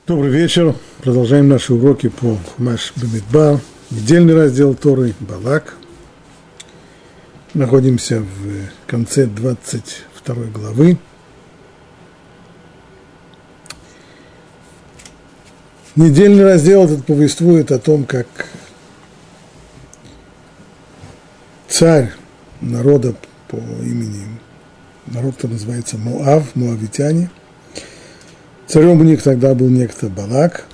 Добрый вечер. Продолжаем наши уроки по Хумаш Бамидбар. Недельный раздел Торы Балак. Находимся в конце 22 главы. Недельный раздел этот повествует о том, как царь народа по имени, народ, который называется Моав, моавитяне. Царем у них тогда был некто Балак.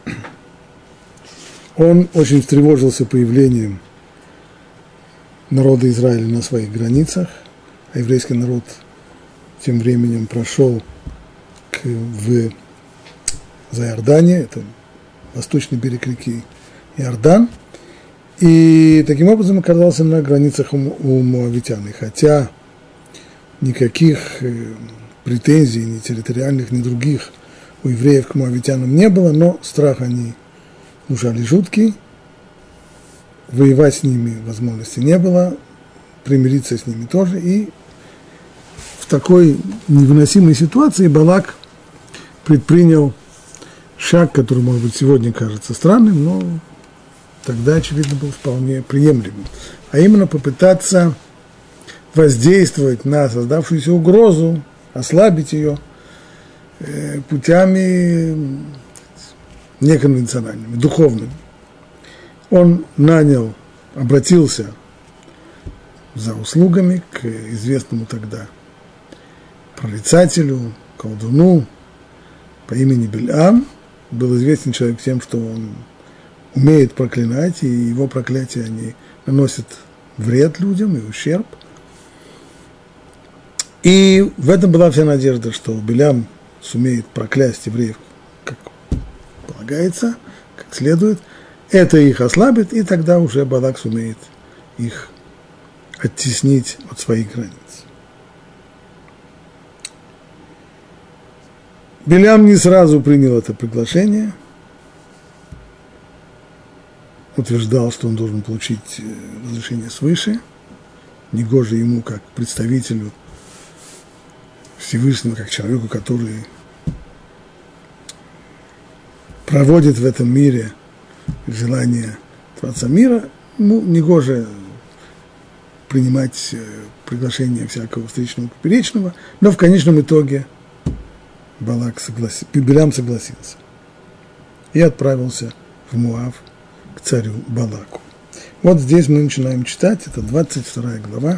Он очень встревожился появлением народа Израиля на своих границах, а еврейский народ тем временем прошел за Иордания, это восточный берег реки Иордан, и таким образом оказался на границах у моавитян. И хотя никаких претензий, ни территориальных, ни других, у евреев к моавитянам не было, но страх они внушали жуткий, воевать с ними возможности не было, примириться с ними тоже, и в такой невыносимой ситуации Балак предпринял шаг, который, может быть, сегодня кажется странным, но тогда, очевидно, был вполне приемлемым, а именно попытаться воздействовать на создавшуюся угрозу, ослабить ее путями неконвенциональными, духовными. Он обратился за услугами к известному тогда прорицателю, колдуну по имени Бильам. Был известен человек тем, что он умеет проклинать, и его проклятия они наносят вред людям и ущерб. И в этом была вся надежда, что Билям сумеет проклясть евреев, как полагается, как следует. Это их ослабит, и тогда уже Балак сумеет их оттеснить от своих границ. Билям не сразу принял это приглашение, утверждал, что он должен получить разрешение свыше, негоже ему, как представителю Всевышнего, как человеку, который проводит в этом мире желание Творца мира, негоже принимать приглашение всякого встречного поперечного, но в конечном итоге Билям согласился и отправился в Моав к царю Балаку. Вот здесь мы начинаем читать, это 22 глава,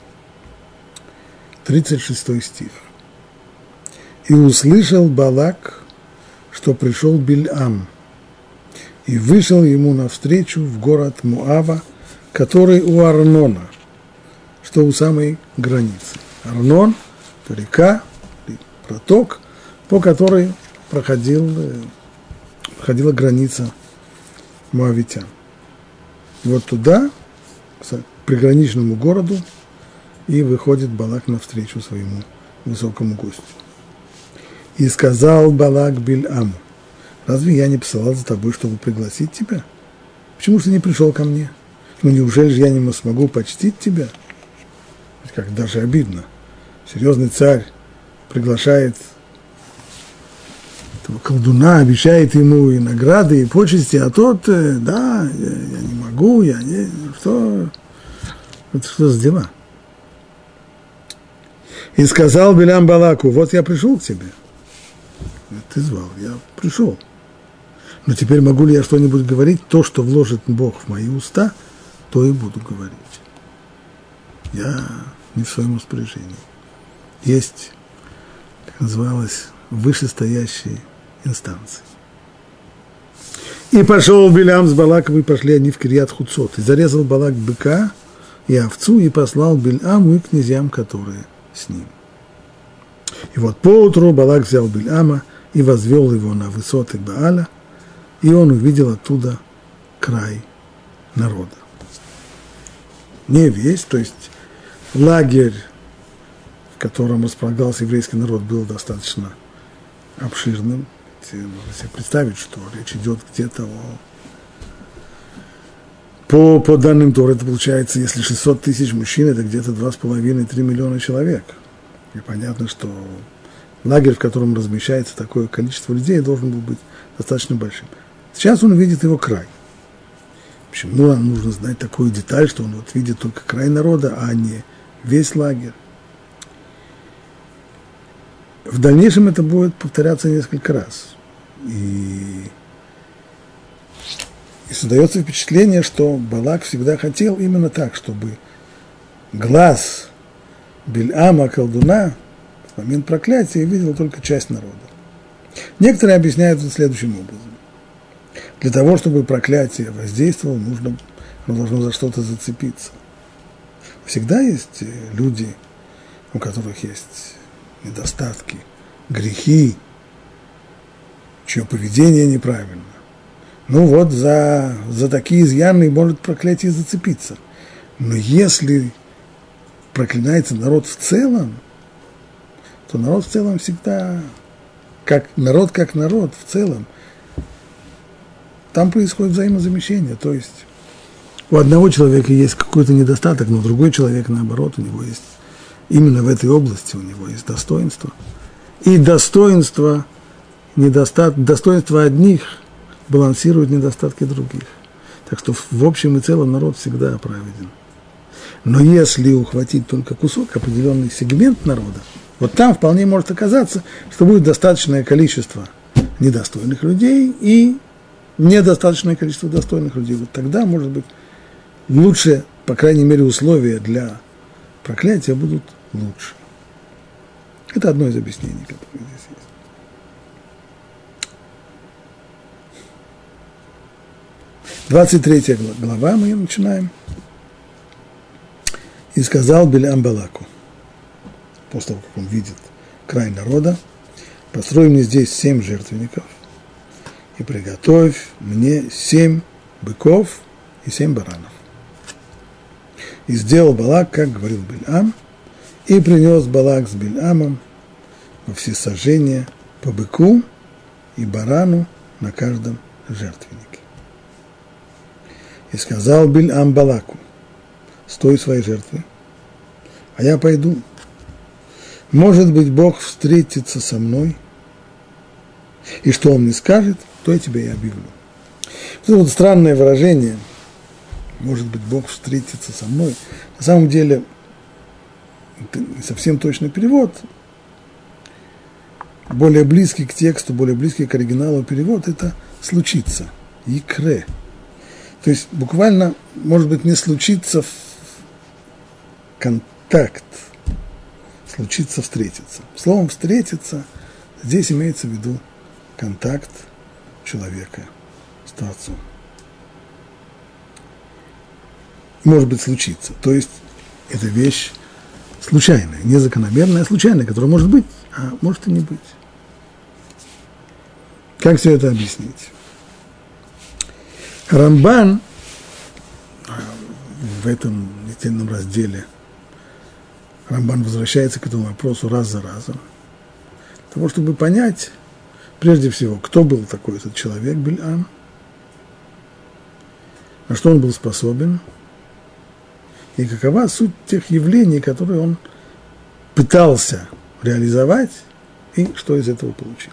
36 стих. «И услышал Балак, что пришел Бильам, и вышел ему навстречу в город Моава, который у Арнона, что у самой границы. Арнон – это река, проток, по которой проходила граница моавитян. И вот туда, к приграничному городу, и выходит Балак навстречу своему высокому гостю. И сказал Балак Бильаму: разве я не посылал за тобой, чтобы пригласить тебя? Почему же ты не пришел ко мне? Ну, неужели же я не смогу почтить тебя? Как даже обидно. Серьезный царь приглашает этого колдуна, обещает ему и награды, и почести, а тот, да, я не могу, что? Это что за дела? И сказал Билям Балаку: вот я пришел к тебе. Ты звал, я пришел. Но теперь могу ли я что-нибудь говорить? То, что вложит Бог в мои уста, то и буду говорить. Я не в своем распоряжении. Есть, как называлось, вышестоящие инстанции. И пошел Билям с Балаком, и пошли они в Кирьят-Хуцот. И зарезал Балак быка и овцу, и послал Бильаму и князьям, которые с ним. И вот поутру Балак взял Бильама и возвел его на высоты Бааля, и он увидел оттуда край народа. Не весь, то есть лагерь, в котором располагался еврейский народ, был достаточно обширным. Можно себе представить, что речь идет где-то по данным Торы, это получается, если 600 тысяч мужчин, это где-то 2,5-3 миллиона человек. И понятно, что лагерь, в котором размещается такое количество людей, должен был быть достаточно большим. Сейчас он видит его край. Почему нам нужно знать такую деталь, что он вот видит только край народа, а не весь лагерь? В дальнейшем это будет повторяться несколько раз. И создается впечатление, что Балак всегда хотел именно так, чтобы глаз Бильама, колдуна, в момент проклятия видел только часть народа. Некоторые объясняют это следующим образом. Для того, чтобы проклятие воздействовало, оно должно за что-то зацепиться. Всегда есть люди, у которых есть недостатки, грехи, чье поведение неправильно. Ну вот за такие изъяны может проклятие зацепиться. Но если проклинается народ в целом, то народ в целом всегда, как народ в целом, там происходит взаимозамещение. То есть у одного человека есть какой-то недостаток, но другой человек, наоборот, у него есть именно в этой области у него есть достоинство. И достоинство одних балансирует недостатки других. Так что в общем и целом народ всегда праведен. Но если ухватить только кусок, определенный сегмент народа, вот там вполне может оказаться, что будет достаточное количество недостойных людей и недостаточное количество достойных людей. Вот тогда, может быть, лучше, по крайней мере, условия для проклятия будут лучше. Это одно из объяснений, которое здесь есть. Двадцать 23 глава мы начинаем. «И сказал Билям Балаку», после того, как он видит край народа, «построй мне здесь 7 жертвенников и приготовь мне 7 быков и 7 баранов». И сделал Балак, как говорил Билям, и принес Балак с Билямом во всесожжение по быку и барану на каждом жертвеннике. И сказал Билям Балаку: «Стой своей жертвы, а я пойду. Может быть, Бог встретится со мной, и что Он мне скажет, то я тебе и объявлю». Это вот странное выражение «может быть, Бог встретится со мной». На самом деле, это не совсем точный перевод. Более близкий к тексту, более близкий к оригиналу перевод – это «случится», «икре». То есть буквально, может быть, не случится контакт, случится встретиться. Словом «встретиться» здесь имеется в виду контакт человека с Творцом. Может быть, случится. То есть это вещь случайная, не закономерная, а случайная, которая может быть, а может и не быть. Как все это объяснить? Рамбан в этом недельном разделе Рамбан возвращается к этому вопросу раз за разом, для того, чтобы понять, прежде всего, кто был такой этот человек, Бильам, на что он был способен, и какова суть тех явлений, которые он пытался реализовать, и что из этого получилось.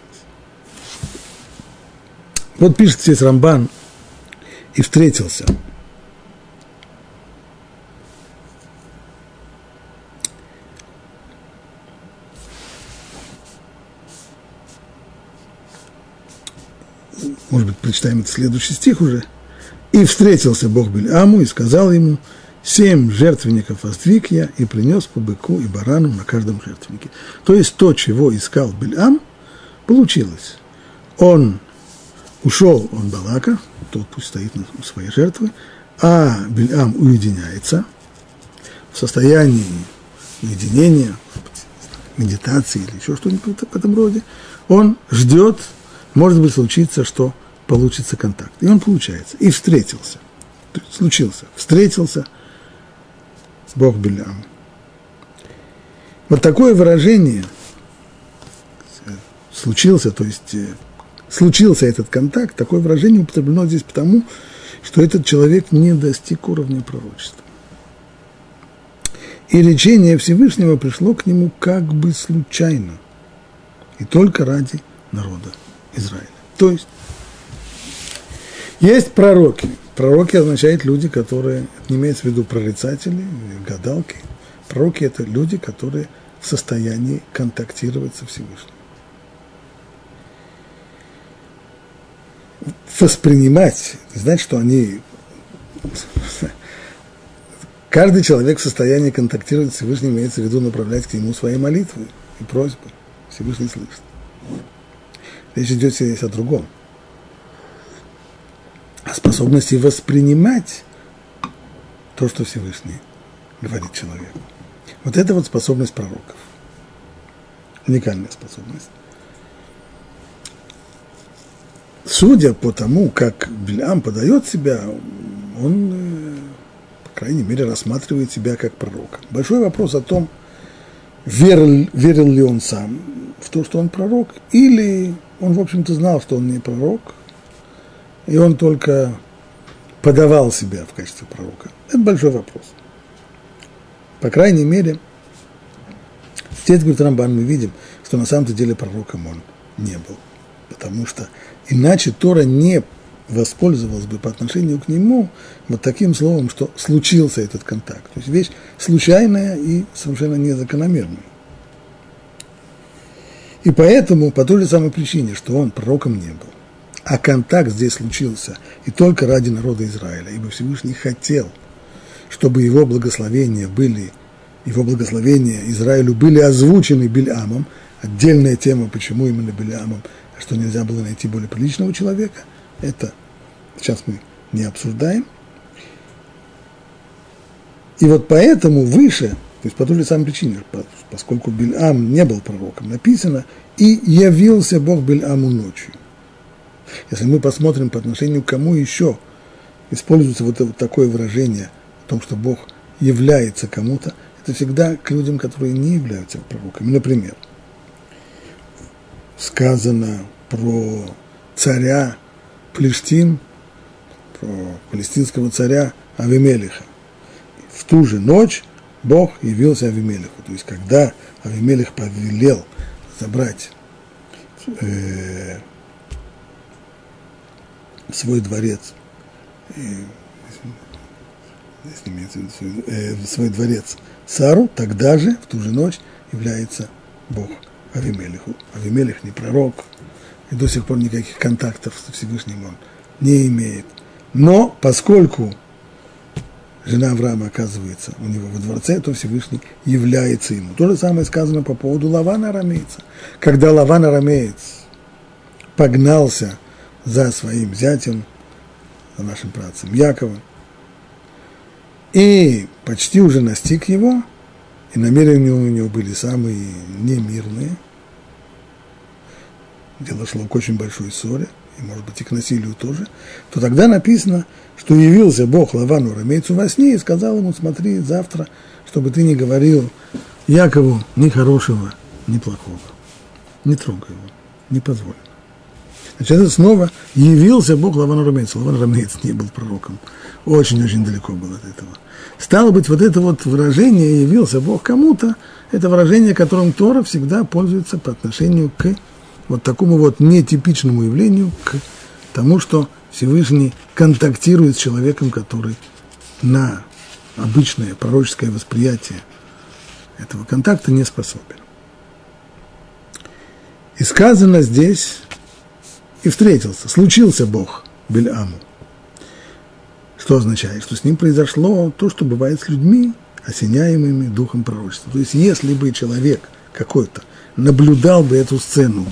Вот пишет здесь Рамбан: «И встретился может быть, прочитаем этот следующий стих уже. «И встретился Бог Бильаму и сказал ему: 7 жертвенников воздвиг я и принес по быку и барану на каждом жертвеннике». То есть то, чего искал Бильам, получилось. Он ушел от Балака, тот пусть стоит на своей жертве, а Бильам уединяется в состоянии уединения, медитации или еще что-нибудь в этом роде. Он ждет, может быть, случится, что получится контакт. И он получается. И встретился. То есть случился. Встретился Бог Бильаму. Вот такое выражение случился, то есть случился этот контакт, такое выражение употреблено здесь потому, что этот человек не достиг уровня пророчества. И речение Всевышнего пришло к нему как бы случайно. и только ради народа Израиля. То есть пророки. Пророки означают люди, которые, не имеется в виду прорицатели, гадалки. Пророки – это люди, которые в состоянии контактировать со Всевышним. Воспринимать, знать, что они... Каждый человек в состоянии контактировать с Всевышним, имеется в виду направлять к нему свои молитвы и просьбы. Всевышний слышит. Речь идет здесь о другом. О способности воспринимать то, что Всевышний говорит человеку. Вот это вот способность пророков. Уникальная способность. Судя по тому, как Билам подает себя, он, по крайней мере, рассматривает себя как пророка. Большой вопрос о том, верил ли он сам в то, что он пророк, или он, в общем-то, знал, что он не пророк, и он только подавал себя в качестве пророка. Это большой вопрос. По крайней мере, здесь, говорит Рамбан, мы видим, что на самом-то деле пророком он не был. Потому что иначе Тора не воспользовалась бы по отношению к нему вот таким словом, что случился этот контакт. То есть вещь случайная и совершенно незакономерная. И поэтому, по той же самой причине, что он пророком не был, а контакт здесь случился и только ради народа Израиля, ибо Всевышний хотел, чтобы его благословения Израилю были озвучены Бильамом. Отдельная тема, почему именно Бильамом, что нельзя было найти более приличного человека, это сейчас мы не обсуждаем. И вот поэтому выше, то есть по той же самой причине, поскольку Бильам не был пророком, написано, и явился Бог Бильаму ночью. Если мы посмотрим по отношению к кому еще используется вот такое выражение о том, что Бог является кому-то, это всегда к людям, которые не являются пророками. Например, сказано про царя Плештим, про палестинского царя Авимелиха. В ту же ночь Бог явился Авимелиху. То есть, когда Авимелих повелел забрать свой дворец, свой дворец Сару, тогда же, в ту же ночь, является Бог Авимелиху. Авимелих не пророк, и до сих пор никаких контактов со Всевышним он не имеет. Но поскольку жена Авраама оказывается у него во дворце, то Всевышний является ему. То же самое сказано по поводу Лавана арамейца. Когда Лаван арамеец погнался за своим зятем, за нашим працем Яковом, и почти уже настиг его, и намерения у него были самые немирные, дело шло к очень большой ссоре, и, может быть, и к насилию тоже, то тогда написано, что явился Бог Лавану арамейцу во сне и сказал ему: смотри, завтра, чтобы ты не говорил Якову ни хорошего, ни плохого, не трогай его, не позволь. Значит, это снова явился Бог Лавану арамейцу. Лаван арамеец не был пророком, очень-очень далеко был от этого. Стало быть, вот это вот выражение «явился Бог кому-то», это выражение, которым Тора всегда пользуется по отношению к вот такому вот нетипичному явлению, к тому, что Всевышний контактирует с человеком, который на обычное пророческое восприятие этого контакта не способен. И сказано здесь, и встретился, случился Бог Бильаму. Что означает? Что с ним произошло то, что бывает с людьми, осеняемыми духом пророчества. То есть, если бы человек какой-то наблюдал бы эту сцену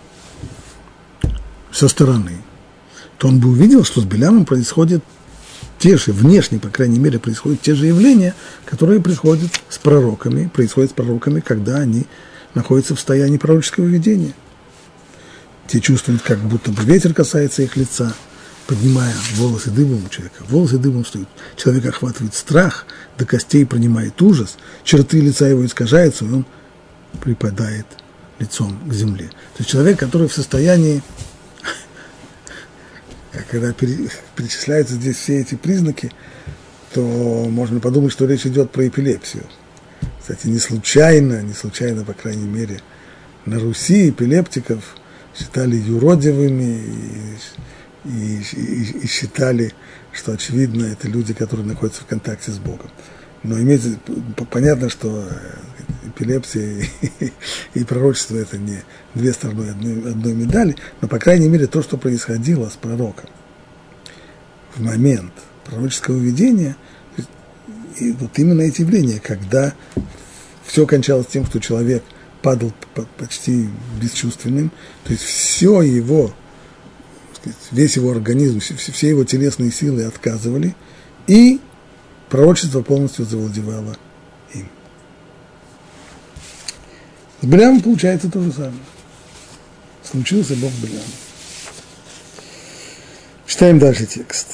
со стороны, то он бы увидел, что с Билямом происходят те же, внешне, по крайней мере, происходят те же явления, которые происходят с пророками, когда они находятся в состоянии пророческого видения. Те чувствуют, как будто бы ветер касается их лица, поднимая волосы дыбом у человека. Волосы дыбом встают. Человека охватывает страх, до костей принимает ужас, черты лица его искажаются, и он припадает лицом к земле. То есть человек, который в состоянии, когда перечисляются здесь все эти признаки, то можно подумать, что речь идет про эпилепсию. Кстати, не случайно, по крайней мере, на Руси эпилептиков считали юродивыми и считали, что, очевидно, это люди, которые находятся в контакте с Богом. Но понятно, что эпилепсия и пророчество – это не две стороны одной медали, но, по крайней мере, то, что происходило с пророком в момент пророческого видения, и вот именно эти явления, когда все кончалось тем, что человек падал почти бесчувственным, то есть все его, весь его организм, все его телесные силы отказывали, и пророчество полностью завладевало им. С Билямом получается то же самое. Случился Бог Билям. Читаем дальше текст.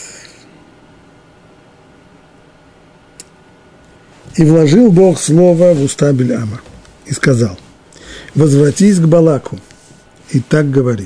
«И вложил Бог слово в уста Биляма, и сказал: возвратись к Балаку, и так говори».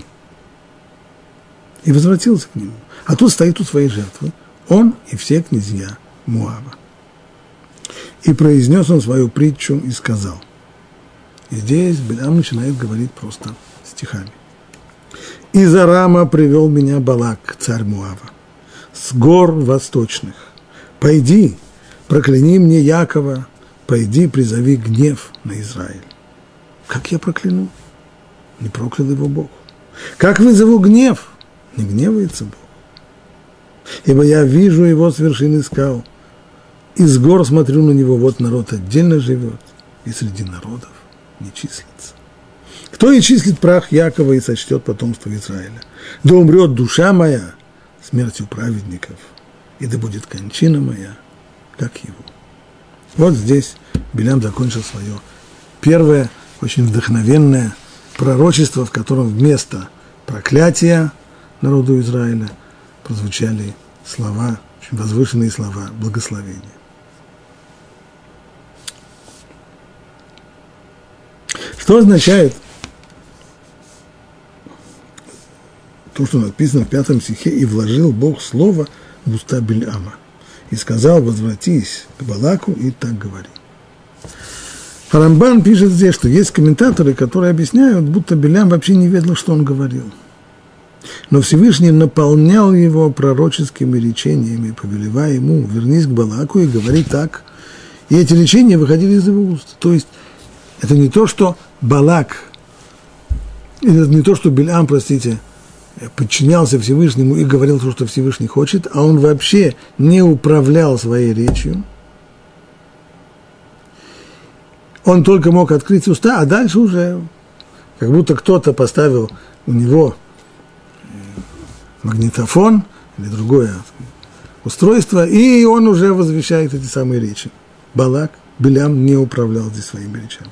И возвратился к нему. А тут стоит у своей жертвы он и все князья Моаба. И произнес он свою притчу и сказал. И здесь Билям начинает говорить просто стихами. «Из Арама привел меня Балак, царь Моава, с гор восточных. Пойди, прокляни мне Якова, пойди, призови гнев на Израиль». Как я прокляну? Не проклял его Бог. Как вызову гнев? Не гневается Бог. Ибо я вижу его с вершины скал, из гор смотрю на него, вот народ отдельно живет, и среди народов не числится. Кто и числит прах Якова и сочтет потомство Израиля? Да умрет душа моя смертью праведников, и да будет кончина моя, как его. Вот здесь Билям закончил свое первое, очень вдохновенное пророчество, в котором вместо проклятия народу Израиля прозвучали слова, очень возвышенные слова благословения. Что означает то, что написано в 5 стихе: «И вложил Бог слово в уста Биляма, и сказал: возвратись к Балаку, и так говори». Рамбан пишет здесь, что есть комментаторы, которые объясняют, будто Билям вообще не ведал, что он говорил. Но Всевышний наполнял его пророческими речениями, повелевая ему: вернись к Балаку и говори так. И эти речения выходили из его уст. То есть это не то, что Балак, это не то, что Билям, подчинялся Всевышнему и говорил то, что Всевышний хочет, а он вообще не управлял своей речью. Он только мог открыть уста, а дальше уже как будто кто-то поставил у него магнитофон или другое устройство, и он уже возвещает эти самые речи. Билям не управлял здесь своими речами.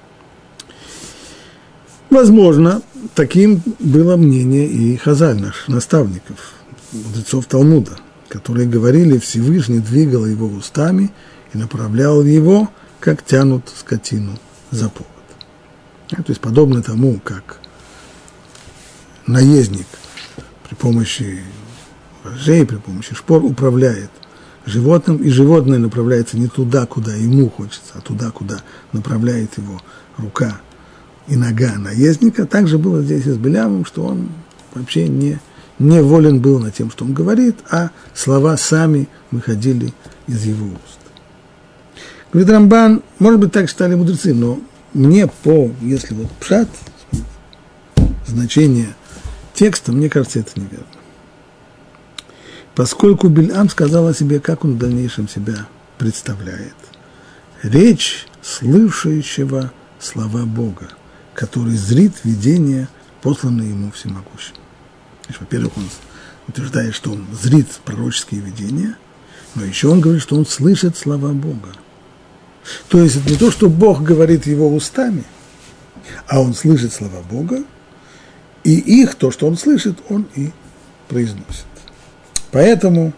Возможно, таким было мнение и Хазаль, наших наставников, мудрецов Талмуда, которые говорили: Всевышний двигал его устами и направлял его, как тянут скотину за повод. То есть подобно тому, как наездник при помощи вожжей, при помощи шпор управляет животным, и животное направляется не туда, куда ему хочется, а туда, куда направляет его рука и нога наездника. Так же было здесь и с Билямом, что он вообще не волен был над тем, что он говорит, а слова сами выходили из его уст. Говорит Рамбан, может быть, так считали мудрецы, но мне если вот пшат, значение текста, мне кажется, это неверно. Поскольку Билям сказал о себе, как он в дальнейшем себя представляет. Речь слышащего слова Бога, который зрит видение, посланное ему всемогущим. Во-первых, он утверждает, что он зрит пророческие видения, но еще он говорит, что он слышит слова Бога. То есть это не то, что Бог говорит его устами, а он слышит слова Бога, и их, то, что он слышит, он и произносит. Поэтому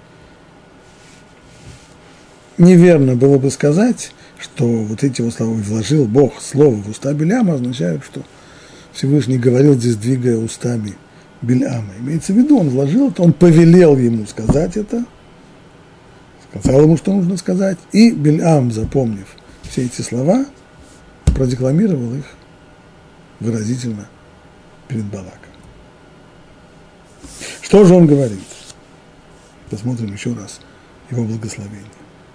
неверно было бы сказать, что вот эти вот слова «вложил Бог слово в уста Биляма» означают, что Всевышний говорил здесь, двигая устами Биляма. Имеется в виду, он вложил это, он повелел ему сказать это, сказал ему, что нужно сказать, и Билям, запомнив все эти слова, продекламировал их выразительно перед Балаком. Что же он говорит? Посмотрим еще раз его благословение.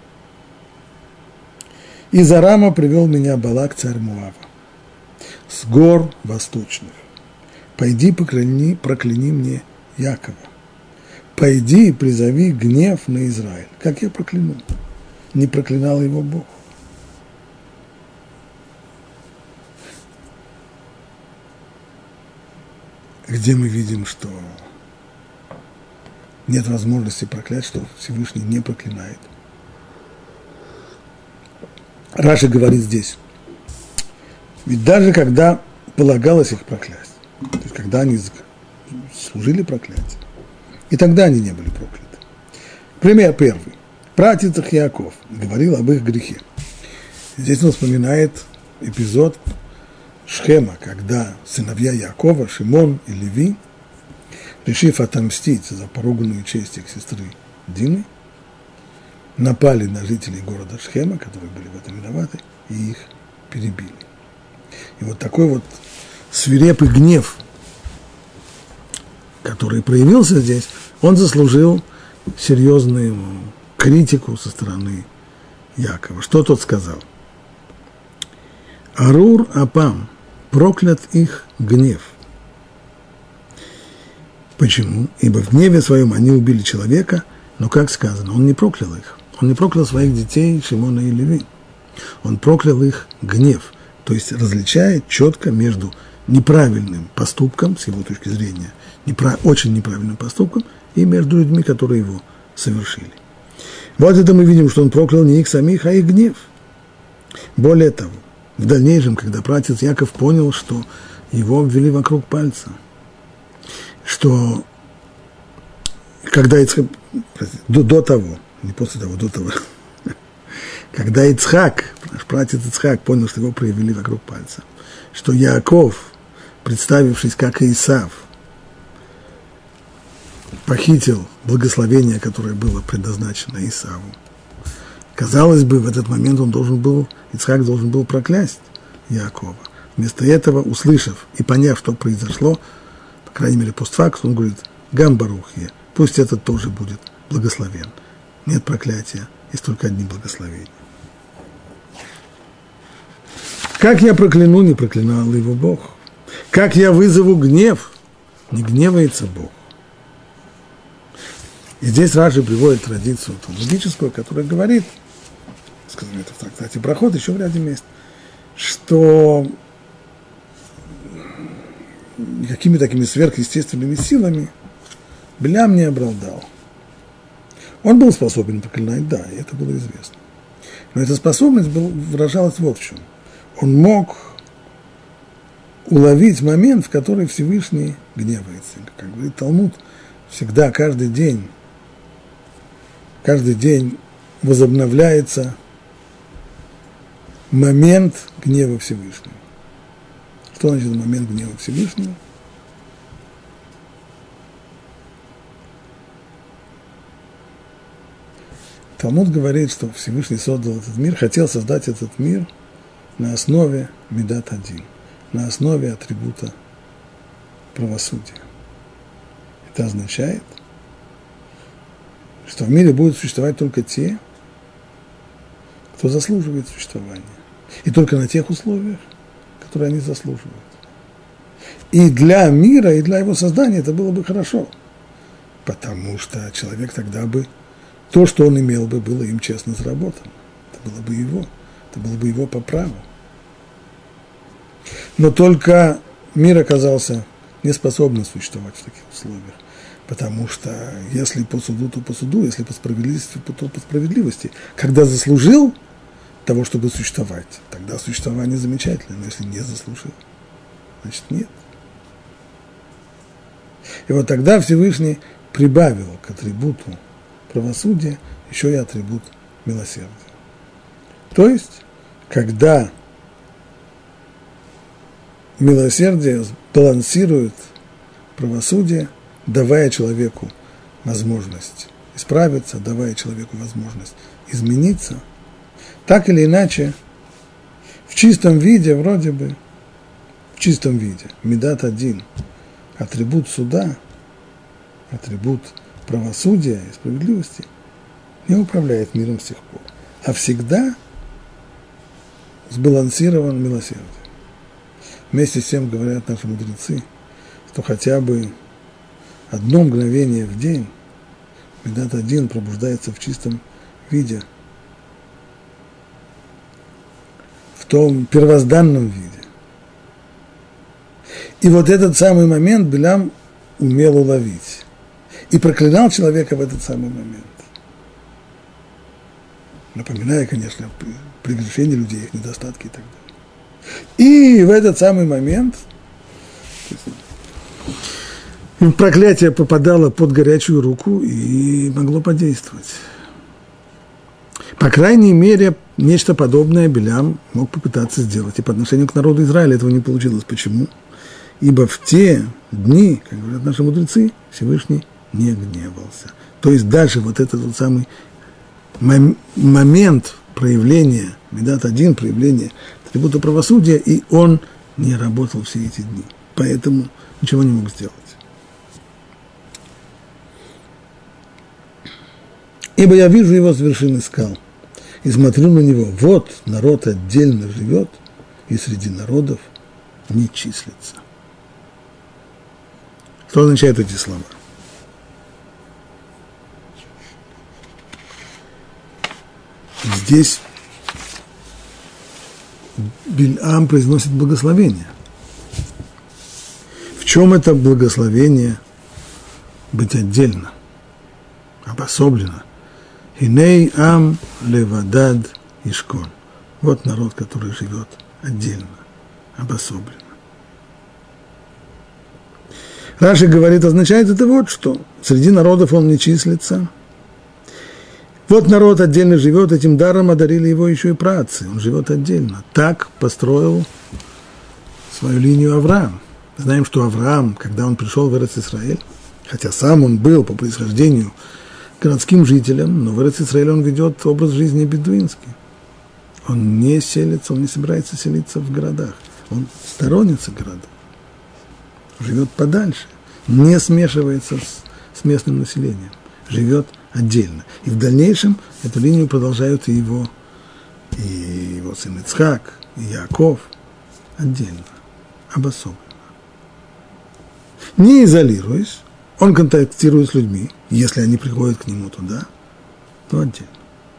«Из Арама привел меня Балак, царь Муава, с гор восточных. Пойди прокляни мне Якова. Пойди и призови гнев на Израиль». Как я прокляну? Не проклинал его Бог. Где мы видим, что нет возможности проклять, что Всевышний не проклинает. Раши говорит здесь, ведь даже когда полагалось их проклясть, то есть когда они служили проклятие, и тогда они не были прокляты. Пример первый. Пратец Яаков говорил об их грехе. Здесь он вспоминает эпизод Шхема, когда сыновья Яакова, Шимон и Леви, решив отомстить за поруганную честь их сестры Дины, напали на жителей города Шхема, которые были в этом виноваты, и их перебили. И вот такой вот свирепый гнев, который проявился здесь, он заслужил серьезную критику со стороны Якова. Что тот сказал? «Арур апам, проклят их гнев». Почему? Ибо в гневе своем они убили человека, но, как сказано, он не проклял их. Он не проклял своих детей, Шимона и Леви. Он проклял их гнев, то есть различает четко между неправильным поступком, с его точки зрения, очень неправильным поступком, и между людьми, которые его совершили. Вот это мы видим, что он проклял не их самих, а их гнев. Более того, в дальнейшем, когда пратец Яков понял, что его обвели вокруг пальца, что когда Ицхак, до того, когда Ицхак, наш пратец Ицхак, понял, что его проявили вокруг пальца, что Яаков, представившись как Исав, похитил благословение, которое было предназначено Исаву. Казалось бы, в этот момент Ицхак должен был проклясть Яакова. Вместо этого, услышав и поняв, что произошло, по крайней мере, постфактум, он говорит: «Гам барухье, пусть этот тоже будет благословен». Нет проклятия, есть только одни благословения. Как я прокляну, не проклинал его Бог. Как я вызову гнев, не гневается Бог. И здесь Раши приводит традицию талмудическую, которая говорит, сказано это в трактате Брахот, еще в ряде мест, что никакими такими сверхъестественными силами Билям не обладал. Он был способен проклинать, да, и это было известно. Но эта способность выражалась вот в чем. Он мог уловить момент, в который Всевышний гневается. Как говорит Талмуд, всегда, каждый день возобновляется момент гнева Всевышнего. Что значит момент гнева Всевышнего? Талмуд говорит, что Всевышний создал этот мир, хотел создать этот мир на основе Мидат Адин, на основе атрибута правосудия. Это означает, что в мире будут существовать только те, кто заслуживает существования. И только на тех условиях, которые они заслуживают. И для мира, и для его создания это было бы хорошо. Потому что человек тогда бы, то, что он имел бы, было им честно заработано. Это было бы его по праву. Но только мир оказался неспособным существовать в таких условиях. Потому что если по суду, то по суду, если по справедливости, то по справедливости. Когда заслужил того, чтобы существовать, тогда существование замечательное. Но если не заслужил, значит нет. И вот тогда Всевышний прибавил к атрибуту правосудия еще и атрибут милосердия. То есть, когда милосердие балансирует правосудие, давая человеку возможность исправиться, давая человеку возможность измениться, так или иначе, в чистом виде вроде бы в чистом виде, Медат один, атрибут суда, атрибут правосудия и справедливости, не управляет миром с тех пор, а всегда сбалансирован милосердием. Вместе с тем говорят наши мудрецы, что хотя бы одно мгновение в день Медат один пробуждается в чистом виде, в том первозданном виде. И вот этот самый момент Билам умел уловить. И проклинал человека в этот самый момент. Напоминая, конечно, прегрешения людей, их недостатки и так далее. И в этот самый момент проклятие попадало под горячую руку и могло подействовать. По крайней мере, нечто подобное Билам мог попытаться сделать. И по отношению к народу Израиля этого не получилось. Почему? Ибо в те дни, как говорят наши мудрецы, Всевышний не гневался. То есть даже вот этот вот самый момент проявления, Медат один, проявления атрибута правосудия, и он не работал все эти дни. Поэтому ничего не мог сделать. Ибо я вижу его с вершины скал и смотрю на него. Вот народ отдельно живет и среди народов не числится. Что означают эти слова? Здесь Бильам произносит благословение. В чем это благословение быть отдельно, обособленно? Хиней ам левадад ишкон. Вот народ, который живет отдельно, обособленно. Раши говорит, означает это вот что. Среди народов он не числится. Вот народ отдельно живет, этим даром одарили его еще и праотцы. Он живет отдельно. Так построил свою линию Авраам. Знаем, что Авраам, когда он пришел в Эрец-Исраэль, хотя сам он был по происхождению городским жителем, но в Эрец-Исраэле он ведет образ жизни бедуинский. Он не селится, он не собирается селиться в городах. Он сторонится городов. Живет подальше, не смешивается с местным населением, живет отдельно. И в дальнейшем эту линию продолжают и его сын Ицхак, и Яаков отдельно, обособленно. Не изолируясь, он контактирует с людьми, если они приходят к нему туда, то отдельно.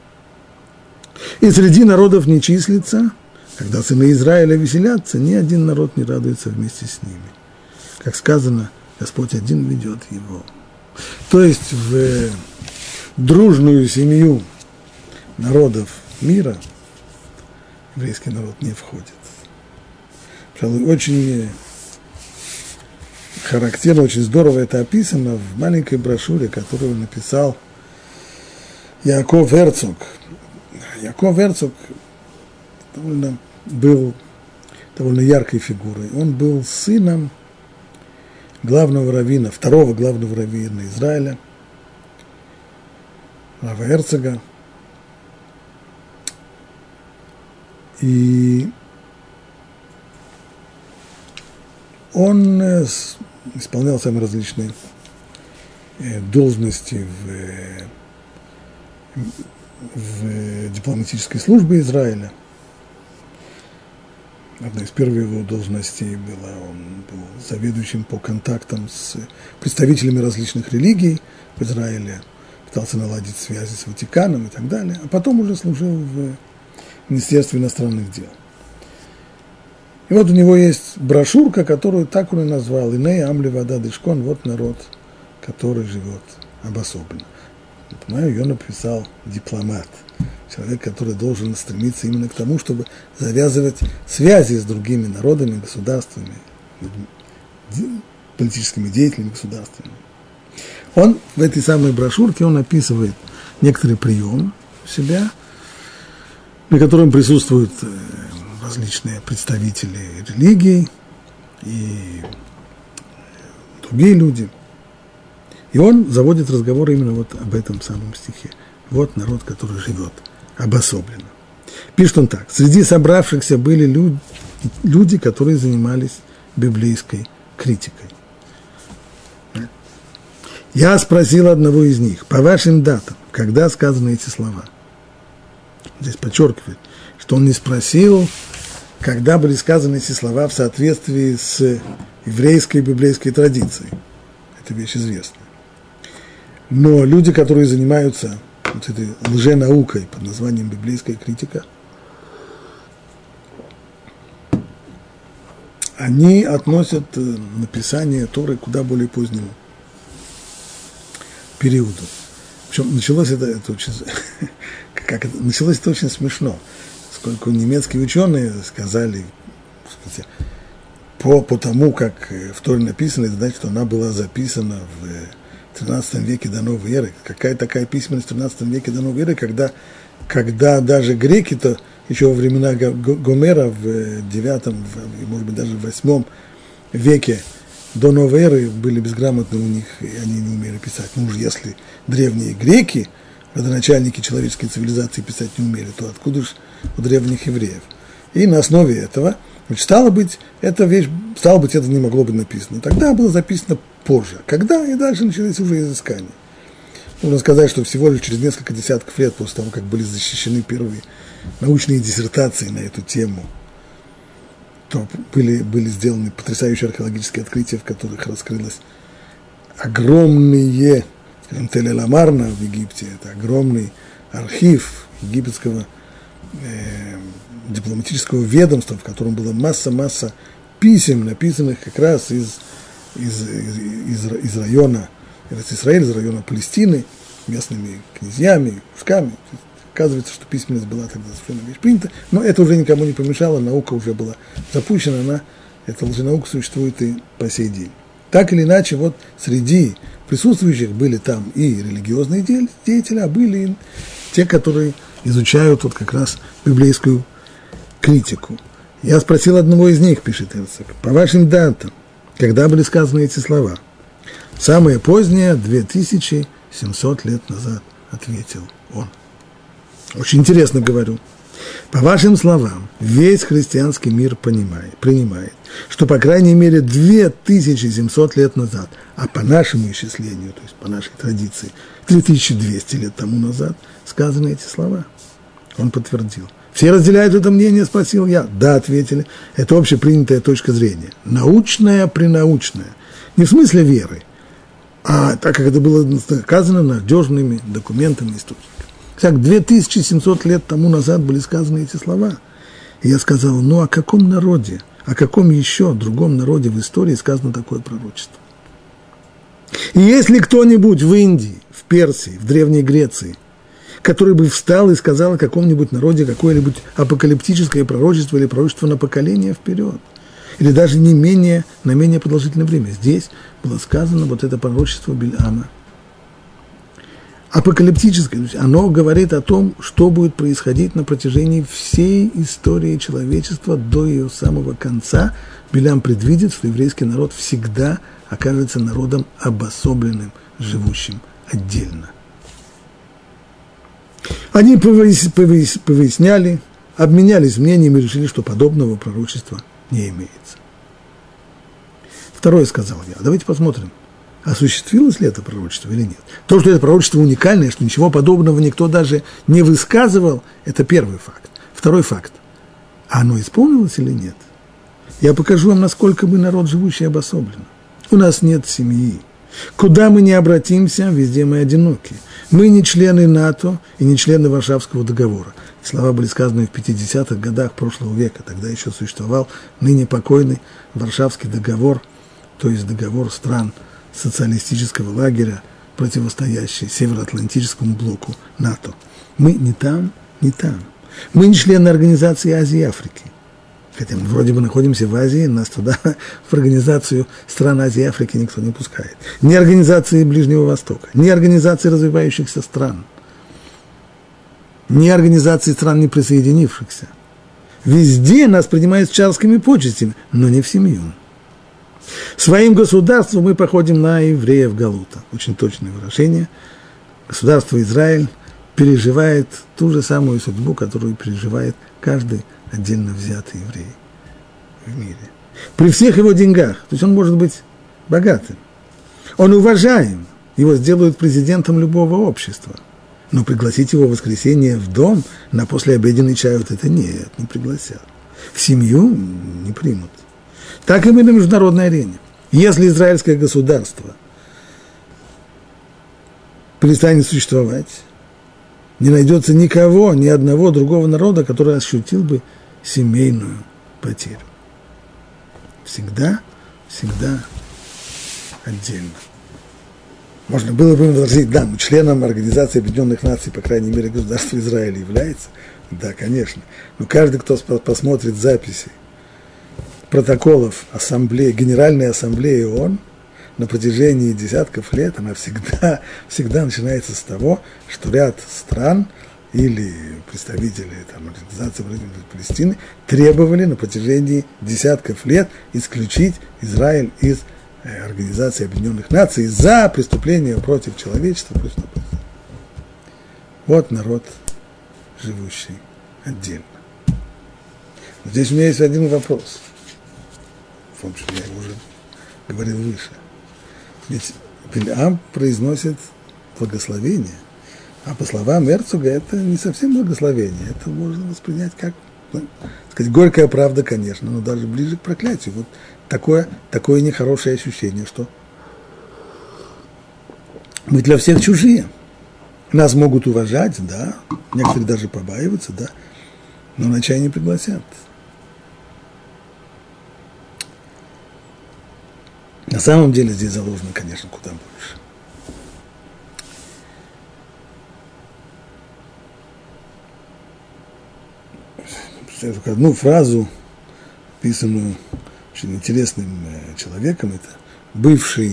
И среди народов не числится, когда сыны Израиля веселятся, ни один народ не радуется вместе с ними. Как сказано, Господь один ведет его. То есть в дружную семью народов мира еврейский народ не входит. Пожалуй, очень характерно, очень здорово это описано в маленькой брошюре, которую написал Яаков Герцог. Яаков Герцог был довольно яркой фигурой. Он был сыном главного раввина, второго главного раввина Израиля, Рава Герцога. И он исполнял самые различные должности в дипломатической службе Израиля. Одна из первых его должностей была, он был заведующим по контактам с представителями различных религий в Израиле, пытался наладить связи с Ватиканом и так далее, а потом уже служил в Министерстве иностранных дел. И вот у него есть брошюрка, которую так он и назвал «Иней ам левадад ишкон», вот народ, который живет обособленно. Напоминаю, ее написал дипломат, человек, который должен стремиться именно к тому, чтобы завязывать связи с другими народами, государствами, политическими деятелями, государствами. Он в этой самой брошюрке, он описывает некоторый прием себя, при котором присутствуют различные представители религий и другие люди. И он заводит разговор именно вот об этом самом стихе. Вот народ, который живет обособленно. Пишет он так. Среди собравшихся были люди, которые занимались библейской критикой. Я спросил одного из них, по вашим датам, когда сказаны эти слова. Здесь подчеркивает, что он не спросил, когда были сказаны эти слова в соответствии с еврейской библейской традицией. Это вещь известная. Но люди, которые занимаются вот этой лженаукой под названием библейская критика, они относят написание Торы к куда более позднему периоду. Причем началось это очень, началось это очень смешно, поскольку немецкие ученые сказали, по тому, как в Торе написано, это значит, что она была записана в 13 веке до новой эры. Какая такая письменность в 13 веке до новой эры, когда даже греки-то еще во времена Гомера в 9, может быть, даже в 8 веке до новой эры были безграмотны у них, и они не умели писать. Ну уж если древние греки, родоначальники человеческой цивилизации, писать не умели, то откуда же у древних евреев? И на основе этого, стало быть, это не могло быть написано. Тогда было записано позже. Когда? И дальше начались уже изыскания. Нужно сказать, что всего лишь через несколько десятков лет после того, как были защищены первые научные диссертации на эту тему, то были сделаны потрясающие археологические открытия, в которых раскрылось огромные, скажем, Тель-эль-Амарна в Египте, это огромный архив египетского дипломатического ведомства, в котором была масса писем, написанных как раз из района Израиля, из района Палестины, местными князьями, кусками. Оказывается, что письменность была тогда совершенно вещь принята, но это уже никому не помешало, наука уже была запущена, эта лженаука существует и по сей день. Так или иначе, вот среди присутствующих были там и религиозные деятели, а были и те, которые изучают вот как раз библейскую критику. Я спросил одного из них, пишет Эрцог, по вашим датам, когда были сказаны эти слова? Самое позднее, 2700 лет назад, ответил он. Очень интересно говорю. По вашим словам, весь христианский мир принимает, что, по крайней мере, 2700 лет назад, а по нашему исчислению, то есть по нашей традиции, 3200 лет тому назад, сказаны эти слова. Он подтвердил. Все разделяют это мнение, спросил я. Да, ответили. Это общепринятая точка зрения. Научная, пренаучная. Не в смысле веры, а так как это было сказано надежными документами источников. Так, 2700 лет тому назад были сказаны эти слова. И я сказал, ну о каком народе, о каком еще другом народе в истории сказано такое пророчество? И если кто-нибудь в Индии, в Персии, в Древней Греции, который бы встал и сказал о каком-нибудь народе какое-нибудь апокалиптическое пророчество или пророчество на поколение вперед, или даже на менее продолжительное время, здесь было сказано вот это пророчество Бильама. Апокалиптическое, то есть оно говорит о том, что будет происходить на протяжении всей истории человечества до ее самого конца. Билям предвидит, что еврейский народ всегда окажется народом обособленным, живущим отдельно. Они повыясняли, обменялись мнением и решили, что подобного пророчества не имеется. Второе сказал я, давайте посмотрим, осуществилось ли это пророчество или нет. То, что это пророчество уникальное, что ничего подобного никто даже не высказывал, это первый факт. Второй факт, а оно исполнилось или нет? Я покажу вам, насколько мы народ, живущий обособленно. У нас нет семьи. Куда мы ни обратимся, везде мы одиноки. Мы не члены НАТО и не члены Варшавского договора. Слова были сказаны в 50-х годах прошлого века. Тогда еще существовал ныне покойный Варшавский договор, то есть договор стран социалистического лагеря, противостоящий Североатлантическому блоку НАТО. Мы не там, не там. Мы не члены Организации Азии и Африки. Хотя мы вроде бы находимся в Азии, нас туда, в Организацию стран Азии и Африки никто не пускает. Ни Организации Ближнего Востока, ни Организации развивающихся стран, ни Организации стран, не присоединившихся. Везде нас принимают с царскими почестями, но не в семью. Своим государством мы походим на евреев Галута. Очень точное выражение. Государство Израиль переживает ту же самую судьбу, которую переживает каждый отдельно взятый еврей в мире. При всех его деньгах, то есть он может быть богатым, он уважаем, его сделают президентом любого общества. Но пригласить его в воскресенье в дом на послеобеденный чай, вот это нет, не пригласят. В семью не примут. Так и мы на международной арене. Если израильское государство перестанет существовать, не найдется никого, ни одного другого народа, который ощутил бы семейную потерю. Всегда отдельно. Можно было бы возразить, да, но членом Организации Объединенных Наций, по крайней мере, государство Израиль является. Да, конечно. Но каждый, кто посмотрит записи протоколов ассамблеи, Генеральной Ассамблеи ООН на протяжении десятков лет, она всегда начинается с того, что ряд стран или представители Организации Палестины требовали на протяжении десятков лет исключить Израиль из Организации Объединенных Наций за преступления против человечества. Вот народ, живущий отдельно. Но здесь у меня есть один вопрос. В общем, я его уже говорил выше. Ведь Бильам произносит благословение, а по словам Эрцога это не совсем благословение, это можно воспринять как, сказать, горькая правда, конечно, но даже ближе к проклятию. Вот такое нехорошее ощущение, что мы для всех чужие. Нас могут уважать, да, некоторые даже побаиваются, да, но на чай не пригласят. На самом деле здесь заложено, конечно, куда больше. Одну фразу, писанную очень интересным человеком, это бывший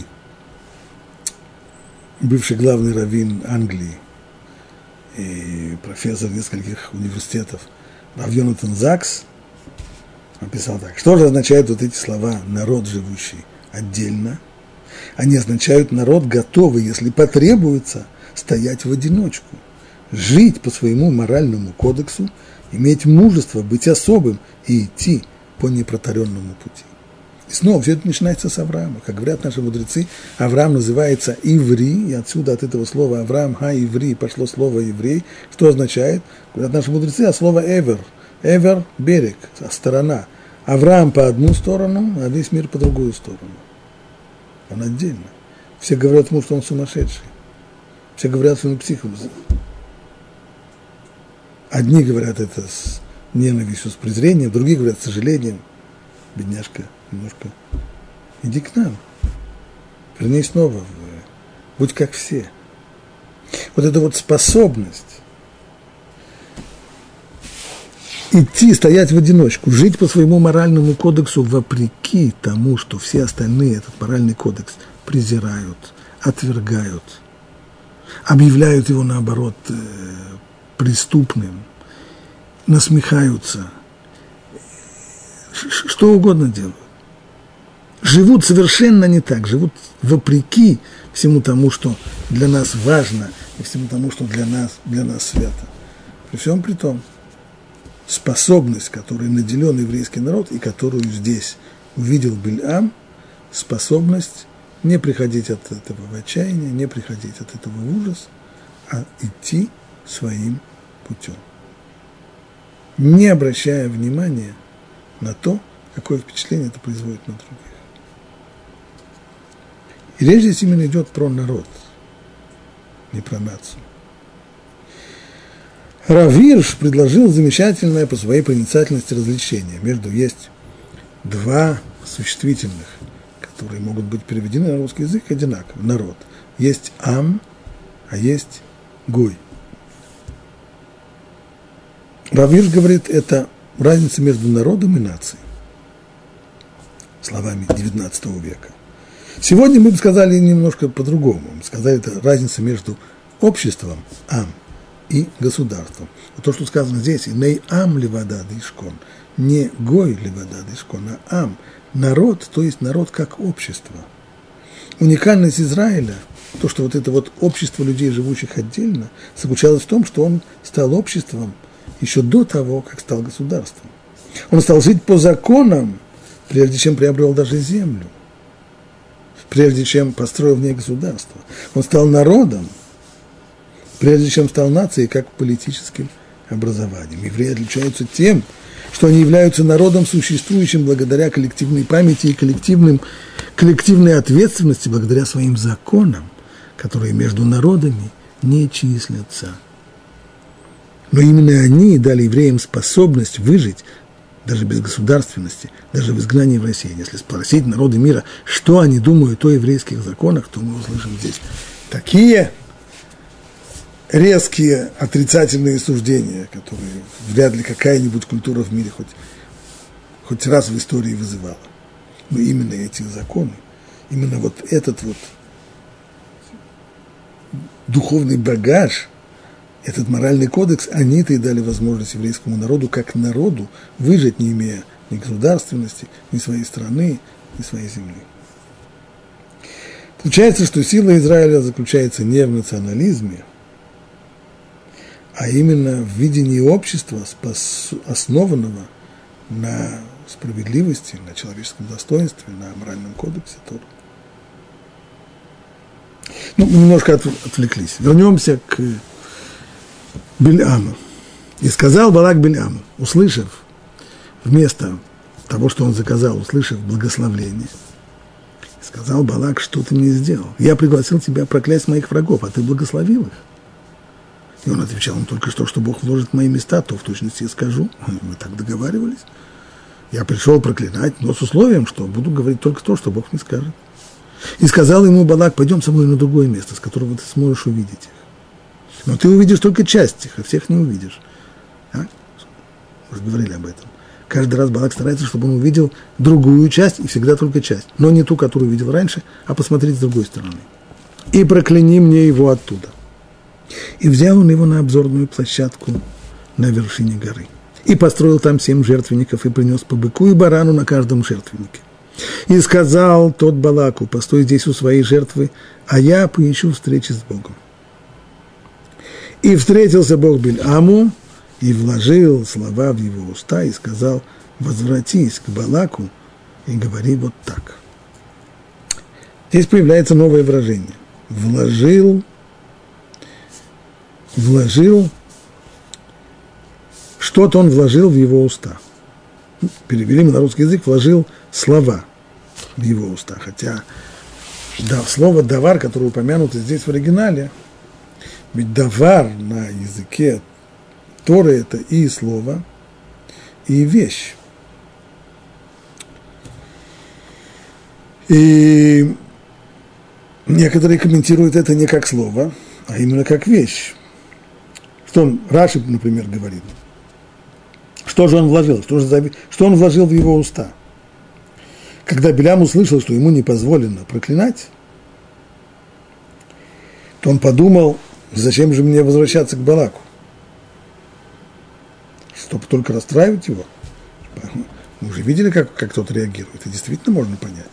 главный раввин Англии и профессор нескольких университетов Рав Йонатан Закс, написал так: что же означают вот эти слова «народ, живущий отдельно»? Они означают народ, готовый, если потребуется, стоять в одиночку, жить по своему моральному кодексу, иметь мужество быть особым и идти по непротаренному пути. И снова все это начинается с Авраама. Как говорят наши мудрецы, Авраам называется Иври, и отсюда от этого слова Авраам ха-Иври пошло слово еврей, что означает, говорят наши мудрецы, а слово эвер, эвер – берег, сторона. Авраам по одну сторону, а весь мир по другую сторону. Он отдельно. Все говорят ему, что он сумасшедший. Все говорят, что он психом. Одни говорят это с ненавистью, с презрением, другие говорят с сожалением. Бедняжка, немножко, иди к нам. Вернись снова, будь как все. Вот эта вот способность идти, стоять в одиночку, жить по своему моральному кодексу вопреки тому, что все остальные этот моральный кодекс презирают, отвергают, объявляют его, наоборот, преступным, насмехаются, что угодно делают. Живут совершенно не так, живут вопреки всему тому, что для нас важно, и всему тому, что для нас свято. При всем при том, способность, которой наделен еврейский народ, и которую здесь увидел Бильам, способность не приходить от этого в отчаяние, не приходить от этого в ужас, а идти своим путем, не обращая внимания на то, какое впечатление это производит на других. И речь здесь именно идет про народ, не про нацию. Рав Вирш предложил замечательное по своей проницательности развлечение. Между есть два существительных, которые могут быть переведены на русский язык одинаково. Народ. Есть ам, а есть гой. Рав Вирш говорит, это разница между народом и нацией. Словами XIX века. Сегодня мы бы сказали немножко по-другому. Мы сказали, это разница между обществом, ам, и государством. Вот то, что сказано здесь, «Ней ам левада дишкон», не гой левада дишкон, а ам, народ, то есть народ как общество. Уникальность Израиля, то, что вот это вот общество людей, живущих отдельно, заключалось в том, что он стал обществом еще до того, как стал государством. Он стал жить по законам прежде чем приобрел даже землю, прежде чем построил в ней государство. Он стал народом, прежде чем стал нацией, как политическим образованием. Евреи отличаются тем, что они являются народом, существующим благодаря коллективной памяти и коллективной ответственности, благодаря своим законам, которые между народами не числятся. Но именно они дали евреям способность выжить даже без государственности, даже в изгнании в России. Если спросить народы мира, что они думают о еврейских законах, то мы услышим здесь такие резкие отрицательные суждения, которые вряд ли какая-нибудь культура в мире хоть раз в истории вызывала. Но именно эти законы, именно вот этот вот духовный багаж, этот моральный кодекс, они-то и дали возможность еврейскому народу, как народу, выжить, не имея ни государственности, ни своей страны, ни своей земли. Получается, что сила Израиля заключается не в национализме, а именно в видении общества, основанного на справедливости, на человеческом достоинстве, на моральном кодексе Торы. Мы немножко отвлеклись. Вернемся к Бильаму. И сказал Балак Бильаму, услышав, вместо того, что он заказал, услышав благословление, сказал Балак, что ты мне сделал? Я пригласил тебя проклясть моих врагов, а ты благословил их. И он отвечал, только что Бог вложит в мои места, то в точности я скажу. Мы так договаривались. Я пришел проклинать, но с условием, что буду говорить только то, что Бог мне скажет. И сказал ему Балак, пойдем со мной на другое место, с которого ты сможешь увидеть их. Но ты увидишь только часть их, а всех не увидишь. Мы уже говорили об этом. Каждый раз Балак старается, чтобы он увидел другую часть, и всегда только часть. Но не ту, которую видел раньше, а посмотреть с другой стороны. И прокляни мне его оттуда. И взял он его на обзорную площадку на вершине горы. И построил там 7 жертвенников, и принес по быку и барану на каждом жертвеннике. И сказал тот Балаку, постой здесь у своей жертвы, а я поищу встречи с Богом. И встретился Бог Бильаму, и вложил слова в его уста, и сказал, возвратись к Балаку, и говори вот так. Здесь появляется новое выражение. Вложил, что-то он вложил в его уста. Перевели мы на русский язык, вложил слова в его уста. Хотя слово «давар», которое упомянуто здесь в оригинале, ведь «давар» на языке Торы – это и слово, и вещь. И некоторые комментируют это не как слово, а именно как вещь. Что Раши, например, говорит. Что же он вложил? Что он вложил в его уста? Когда Билям услышал, что ему не позволено проклинать, то он подумал, зачем же мне возвращаться к Балаку? Чтобы только расстраивать его. Мы уже видели, как тот реагирует. Это действительно можно понять.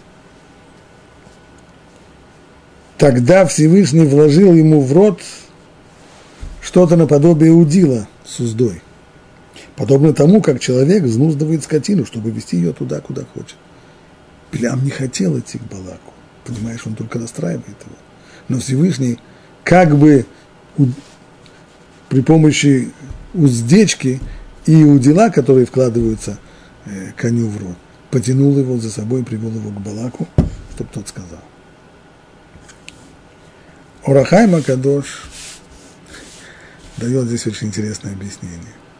Тогда Всевышний вложил ему в рот что-то наподобие удила с уздой. Подобно тому, как человек взнуздывает скотину, чтобы вести ее туда, куда хочет. Билям не хотел идти к Балаку. Понимаешь, он только расстраивает его. Но Всевышний как бы при помощи уздечки и удила, которые вкладываются коню в рот, потянул его за собой и привел его к Балаку, чтобы тот сказал. Ор ха-Хаим ха-Кадош дает здесь очень интересное объяснение.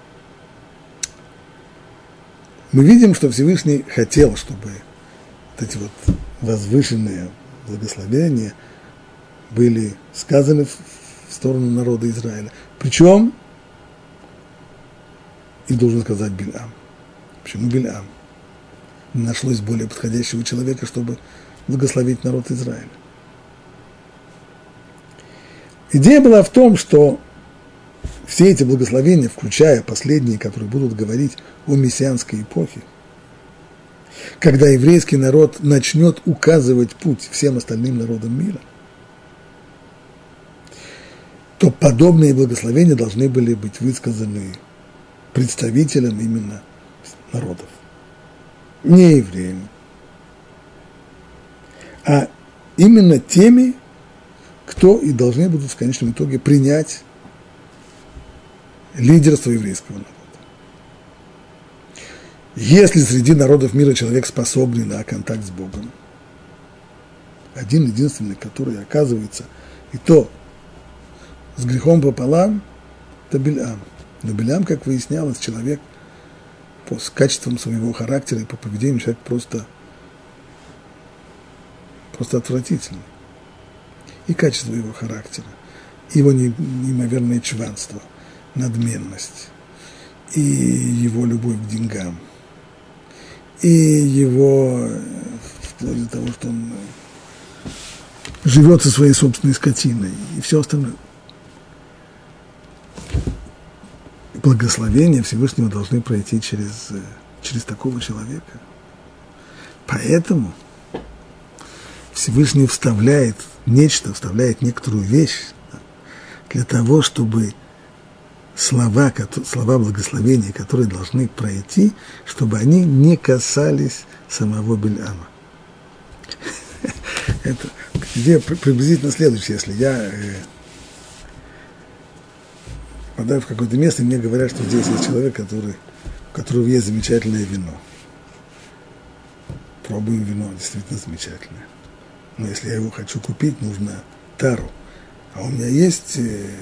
Мы видим, что Всевышний хотел, чтобы вот эти вот возвышенные благословения были сказаны в сторону народа Израиля. Причем, и должен сказать Бильам. Почему Бильам? Не нашлось более подходящего человека, чтобы благословить народ Израиля. Идея была в том, что все эти благословения, включая последние, которые будут говорить о мессианской эпохе, когда еврейский народ начнет указывать путь всем остальным народам мира, то подобные благословения должны были быть высказаны представителям именно народов. не евреями, а именно теми, кто и должны будут в конечном итоге принять лидерство еврейского народа. Если среди народов мира человек способный на контакт с Богом, один единственный, который оказывается и то с грехом пополам, это Бильам. Но Бильам, как выяснялось, человек с качеством своего характера и по поведению человек просто отвратительный. И качество его характера, и его неимоверное чванство, надменность, и его любовь к деньгам, и его, вплоть до того, что он живет со своей собственной скотиной, и все остальное. Благословения Всевышнего должны пройти через такого человека. Поэтому Всевышний вставляет некоторую вещь для того, чтобы слова благословения, которые должны пройти, чтобы они не касались самого Бильама. Это идея приблизительно следующая. Если я попадаю в какое-то место, и мне говорят, что здесь есть человек, у которого есть замечательное вино. Пробуем вино, действительно замечательное. Но если я его хочу купить, нужно тару. А у меня есть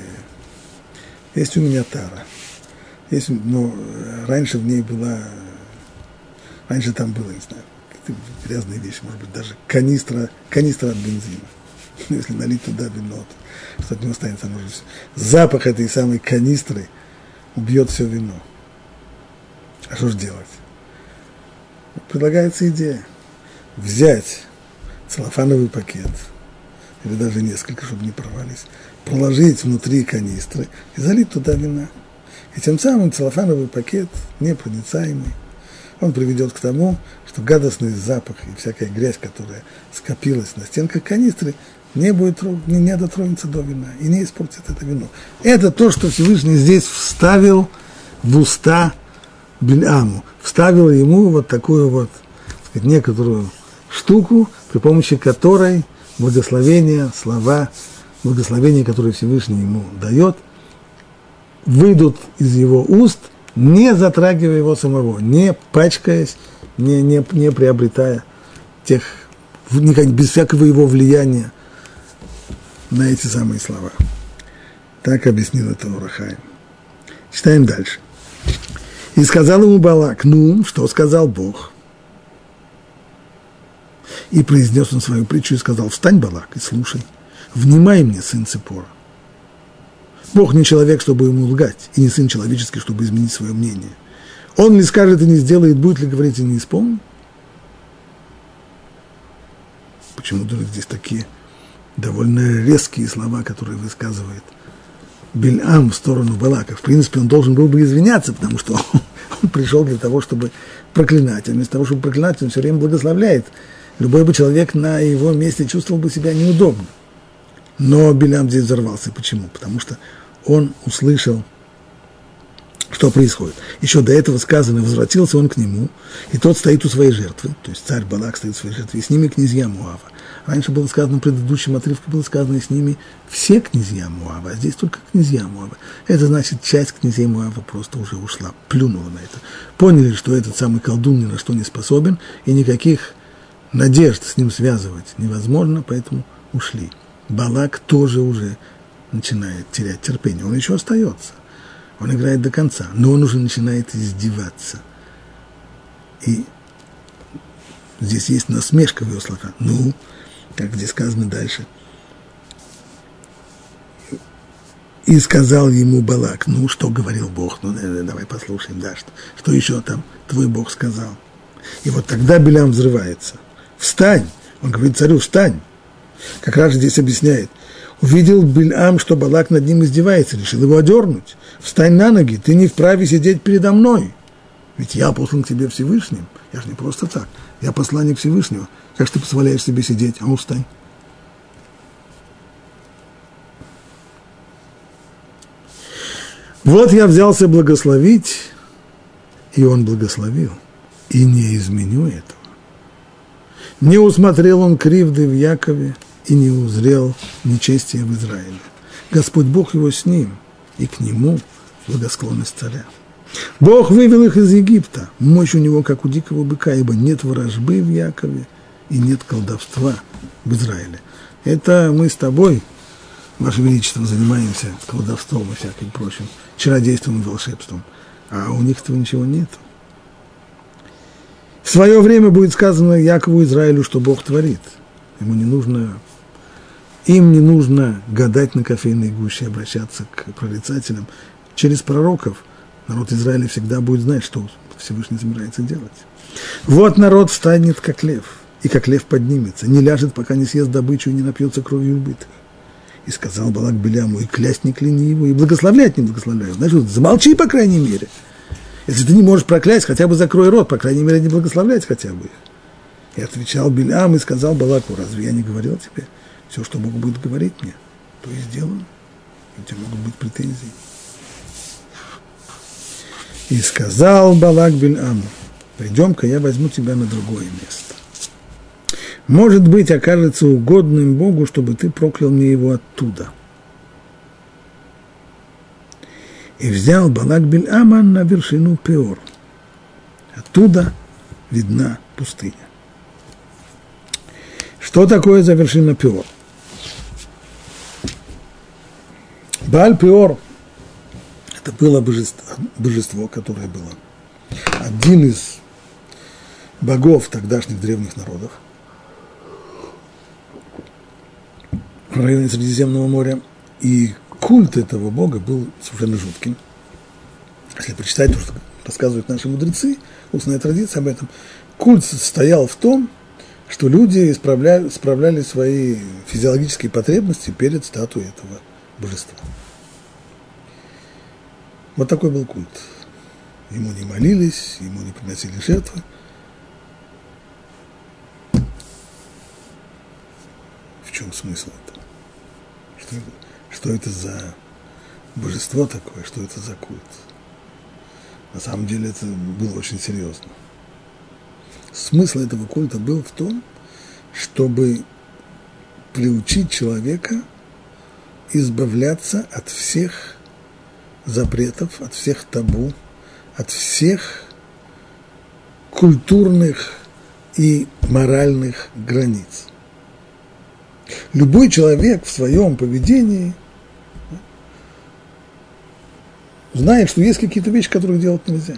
у меня тара. Но раньше в ней раньше там было, не знаю, какие-то грязные вещи, может быть, даже канистра от бензина. Если налить туда вино, то что от него останется, может быть, запах этой самой канистры убьет все вино. А что же делать? Предлагается идея взять целлофановый пакет, или даже несколько, чтобы не порвались, положить внутри канистры и залить туда вина. И тем самым целлофановый пакет непроницаемый, он приведет к тому, что гадостный запах и всякая грязь, которая скопилась на стенках канистры, не дотронется до вина и не испортит это вино. Это то, что Всевышний здесь вставил в уста Бильаму, вставил ему вот такую вот, так сказать, некоторую штуку, при помощи которой слова благословения, которые Всевышний ему дает, выйдут из его уст, не затрагивая его самого, не пачкаясь, не приобретая без всякого его влияния на эти самые слова. Так объяснил это Ор ха-Хаим. Читаем дальше. И сказал ему Балак: ну, что сказал Бог? И произнес он свою притчу и сказал: встань, Балак, и слушай, внимай мне, сын Ципора. Бог не человек, чтобы ему лгать, и не сын человеческий, чтобы изменить свое мнение. Он ли скажет и не сделает, будет ли говорить и не исполнит? Почему только здесь такие довольно резкие слова, которые высказывает Бильам в сторону Балака? В принципе, он должен был бы извиняться, потому что он пришел для того, чтобы проклинать, а вместо того, чтобы проклинать, он все время благословляет. Любой бы человек на его месте чувствовал бы себя неудобно. Но Бильам здесь взорвался. Почему? Потому что он услышал, что происходит. Еще до этого сказано: возвратился он к нему, и тот стоит у своей жертвы, то есть царь Балак стоит у своей жертвы, и с ними князья Моава. Раньше было сказано, в предыдущем отрывке было сказано, и с ними все князья Моава, а здесь только князья Моава. Это значит, часть князей Моава просто уже ушла, плюнула на это. Поняли, что этот самый колдун ни на что не способен, и никаких надежд с ним связывать невозможно, поэтому ушли. Балак тоже уже начинает терять терпение. Он еще остается. Он играет до конца, но он уже начинает издеваться. И здесь есть насмешка в его словах. Ну, как здесь сказано дальше. И сказал ему Балак: ну, что говорил Бог? Ну, давай послушаем, да, что еще там твой Бог сказал. И вот тогда Билям взрывается. Встань! Он говорит царю: встань! Как раз здесь объясняет. Увидел Бильам, что Балак над ним издевается, решил его одернуть. Встань на ноги, ты не вправе сидеть передо мной. Ведь я послан к тебе Всевышним. Я же не просто так. Я посланник Всевышнего. Как же ты позволяешь себе сидеть? А ну, встань. Вот я взялся благословить, и он благословил. и не изменю этого. Не усмотрел он кривды в Якове и не узрел нечестия в Израиле. Господь Бог его с ним, и к нему благосклонность царя. Бог вывел их из Египта, мощь у него, как у дикого быка, ибо нет ворожбы в Якове и нет колдовства в Израиле. Это мы с тобой, Ваше Величество, занимаемся колдовством и всяким прочим, чародейством и волшебством, а у них этого ничего нет. В свое время будет сказано Якову и Израилю, что Бог творит. Им не нужно гадать на кофейной гуще, обращаться к прорицателям. Через пророков народ Израиля всегда будет знать, что Всевышний собирается делать. Вот народ встанет, как лев, и как лев поднимется, не ляжет, пока не съест добычу и не напьется кровью убитых. И сказал Балак Биляму: и клясть не кляни его, и благословлять не благословляю. Знаешь, замолчи, по крайней мере. Если ты не можешь проклясть, хотя бы закрой рот, по крайней мере, не благословлять хотя бы их. И отвечал Билям и сказал Балаку: разве я не говорил тебе? Все, что Бог будет говорить мне, то и сделано. У тебя могут быть претензии. И сказал Балак Биляму: придем-ка, я возьму тебя на другое место. Может быть, окажется угодным Богу, чтобы ты проклял мне его оттуда. И взял Балак Бильама на вершину Пеор. Оттуда видна пустыня. Что такое за вершина Пеор? Бааль-Пеор – это было божество, которое было один из богов тогдашних древних народов в районе Средиземного моря. И культ этого бога был совершенно жутким. Если почитать то, что рассказывают наши мудрецы, устная традиция об этом, культ состоял в том, что люди справляли свои физиологические потребности перед статуей этого божества. Вот такой был культ. Ему не молились, ему не приносили жертвы. В чем смысл этого? Что это за божество такое, что это за культ? На самом деле это было очень серьезно. Смысл этого культа был в том, чтобы приучить человека избавляться от всех запретов, от всех табу, от всех культурных и моральных границ. Любой человек в своем поведении знает, что есть какие-то вещи, которые делать нельзя.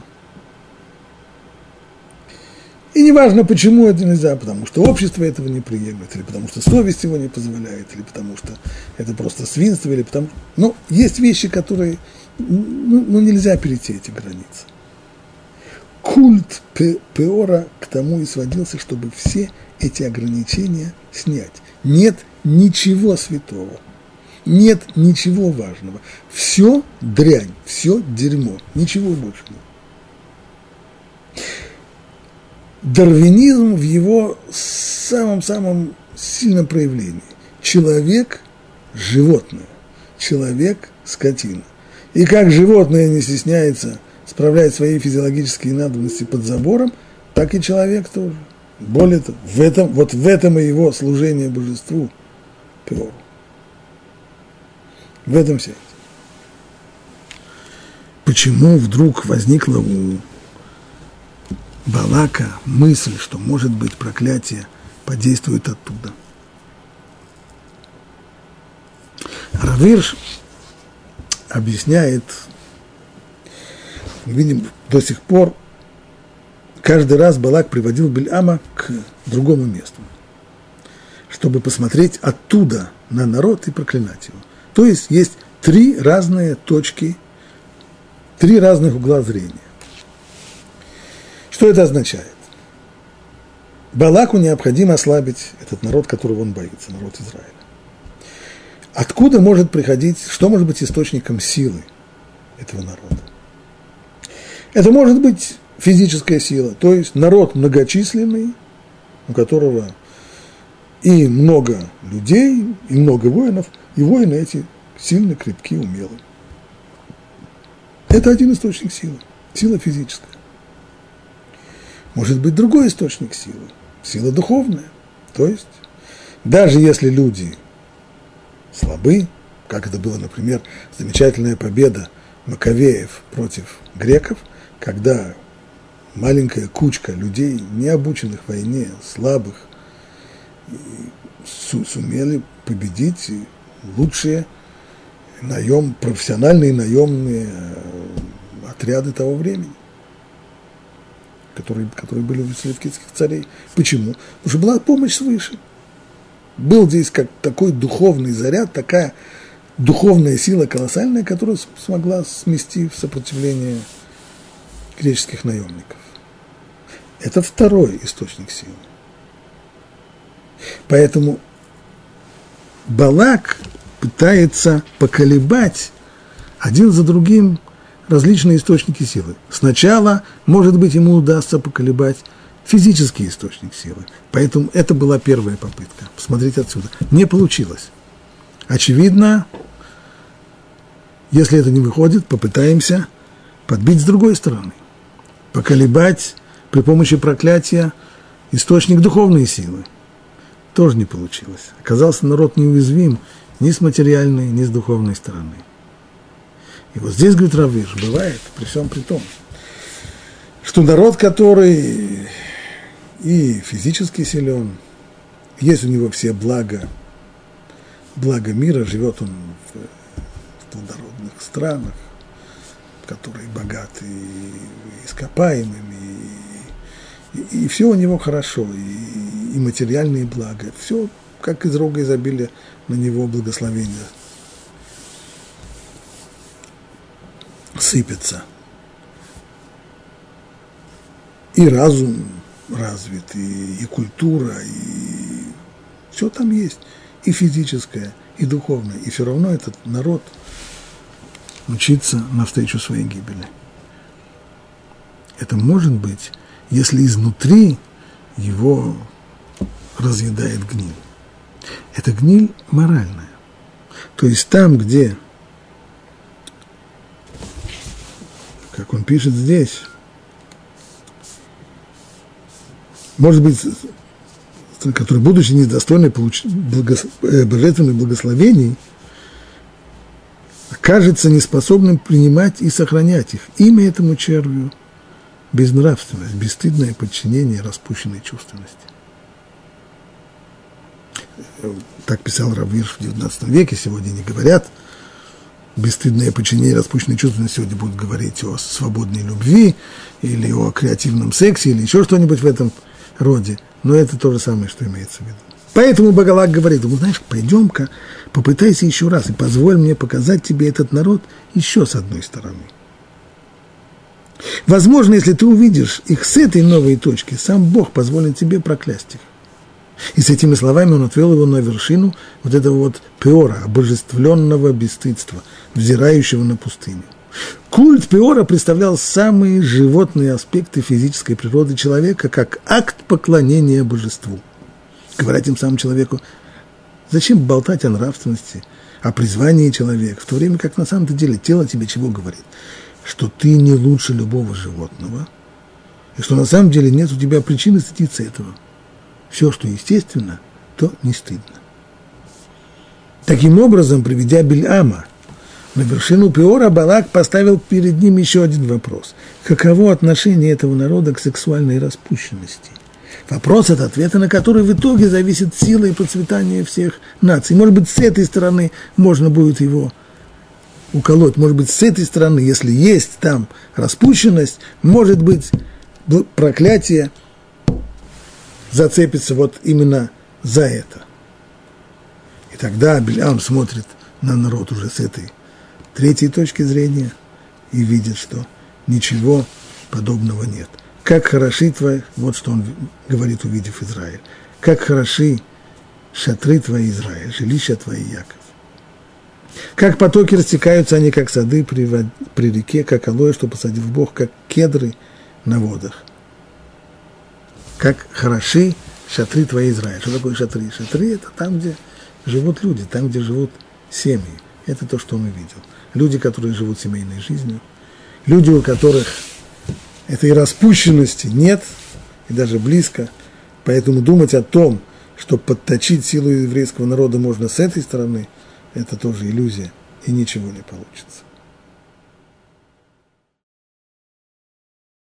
И неважно, почему это нельзя, потому что общество этого не приемлет, или потому что совесть его не позволяет, или потому что это просто свинство, или потому... Но есть вещи, которые... нельзя перейти эти границы. Культ Пеора к тому и сводился, чтобы все эти ограничения снять. Нет ничего святого, нет ничего важного. Все дрянь, все дерьмо, ничего больше нет. Дарвинизм в его самом сильном проявлении. Человек – животное, человек – скотина. И как животное не стесняется справлять свои физиологические надобности под забором, так и человек тоже. Более того, в этом и его служение божеству Пеору. В этом вся. Почему вдруг возникла у Балака мысль, что, может быть, проклятие подействует оттуда? Рав Ирш объясняет, мы видим, до сих пор каждый раз Балак приводил Бильама к другому месту, чтобы посмотреть оттуда на народ и проклинать его. То есть есть три разные точки, три разных угла зрения. Что это означает? Балаку необходимо ослабить этот народ, которого он боится, народ Израиля. Откуда может приходить, что может быть источником силы этого народа? Это может быть физическая сила, то есть народ многочисленный, у которого и много людей, и много воинов, и воины эти сильно, крепкие, умелые. Это один источник силы, сила физическая. может быть другой источник силы, сила духовная. То есть, даже если люди слабы, как это было, например, замечательная победа Маковеев против греков, когда маленькая кучка людей, не обученных войне, слабых, сумели победить лучшие профессиональные наемные отряды того времени, которые были у селевкидских царей. Почему? Потому что была помощь свыше. Был здесь как такой духовный заряд, такая духовная сила колоссальная, которая смогла смести в сопротивление греческих наемников. Это второй источник силы. Поэтому Балак пытается поколебать один за другим различные источники силы. Сначала, может быть, ему удастся поколебать физический источник силы. Поэтому это была первая попытка. Посмотрите отсюда. Не получилось. Очевидно, если это не выходит, попытаемся подбить с другой стороны. Поколебать при помощи проклятия источник духовной силы. Тоже не получилось. Оказался народ неуязвим ни с материальной, ни с духовной стороны. И вот здесь, говорит Рав Вирш, бывает, при всем при том, что народ, который и физически силен, есть у него все блага мира, живет он в плодородных странах, которые богаты ископаемыми, и все у него хорошо, и материальные блага, все как из рога изобилия на него благословение сыпется. И разум развит, и культура, и все там есть, и физическое, и духовное, и все равно этот народ мчится навстречу своей гибели. Это может быть, если изнутри его разъедает гниль. Это гниль моральная. То есть там, где, как он пишет здесь, может быть, который, будучи недостойный божественных благословений, окажется неспособным принимать и сохранять их. Имя этому червю – безнравственность, бесстыдное подчинение распущенной чувственности. Так писал Рав Вирш в XIX веке, сегодня не говорят бесстыдное подчинение распущенной чувственности, сегодня будут говорить о свободной любви или о креативном сексе или еще что-нибудь в этом роде, но это то же самое, что имеется в виду. Поэтому Балак говорит ему: знаешь, пойдем-ка, попытайся еще раз и позволь мне показать тебе этот народ еще с одной стороны. Возможно, если ты увидишь их с этой новой точки, сам Бог позволит тебе проклясть их. И с этими словами он отвел его на вершину вот этого вот Пеора, обожествленного бесстыдства, взирающего на пустыню. Культ Пеора представлял самые животные аспекты физической природы человека, как акт поклонения божеству. Говоря тем самым человеку: зачем болтать о нравственности, о призвании человека, в то время как на самом-то деле тело тебе чего говорит? Что ты не лучше любого животного, и что на самом деле нет у тебя причины стыдиться этого. Все, что естественно, то не стыдно. Таким образом, приведя Бильама на вершину Пеора, Балак поставил перед ним еще один вопрос. Каково отношение этого народа к сексуальной распущенности? Вопрос, от ответа на который в итоге зависит сила и процветание всех наций. Может быть, с этой стороны можно будет его уколоть. Может быть, с этой стороны, если есть там распущенность, может быть, проклятие зацепится вот именно за это. И тогда Бильам смотрит на народ уже с этой третьей точки зрения и видит, что ничего подобного нет. Как хороши твои, вот что он говорит, увидев Израиль, как хороши шатры твои, Израиль, жилища твои, Яков. Как потоки растекаются они, как сады при реке, как алоэ, что посадил Бог, как кедры на водах. Как хороши шатры твои, Израиль. Что такое шатры? Шатры – это там, где живут люди, там, где живут семьи. Это то, что он увидел. Люди, которые живут семейной жизнью, люди, у которых этой распущенности нет, и даже близко. Поэтому думать о том, что подточить силу еврейского народа можно с этой стороны, это тоже иллюзия, и ничего не получится.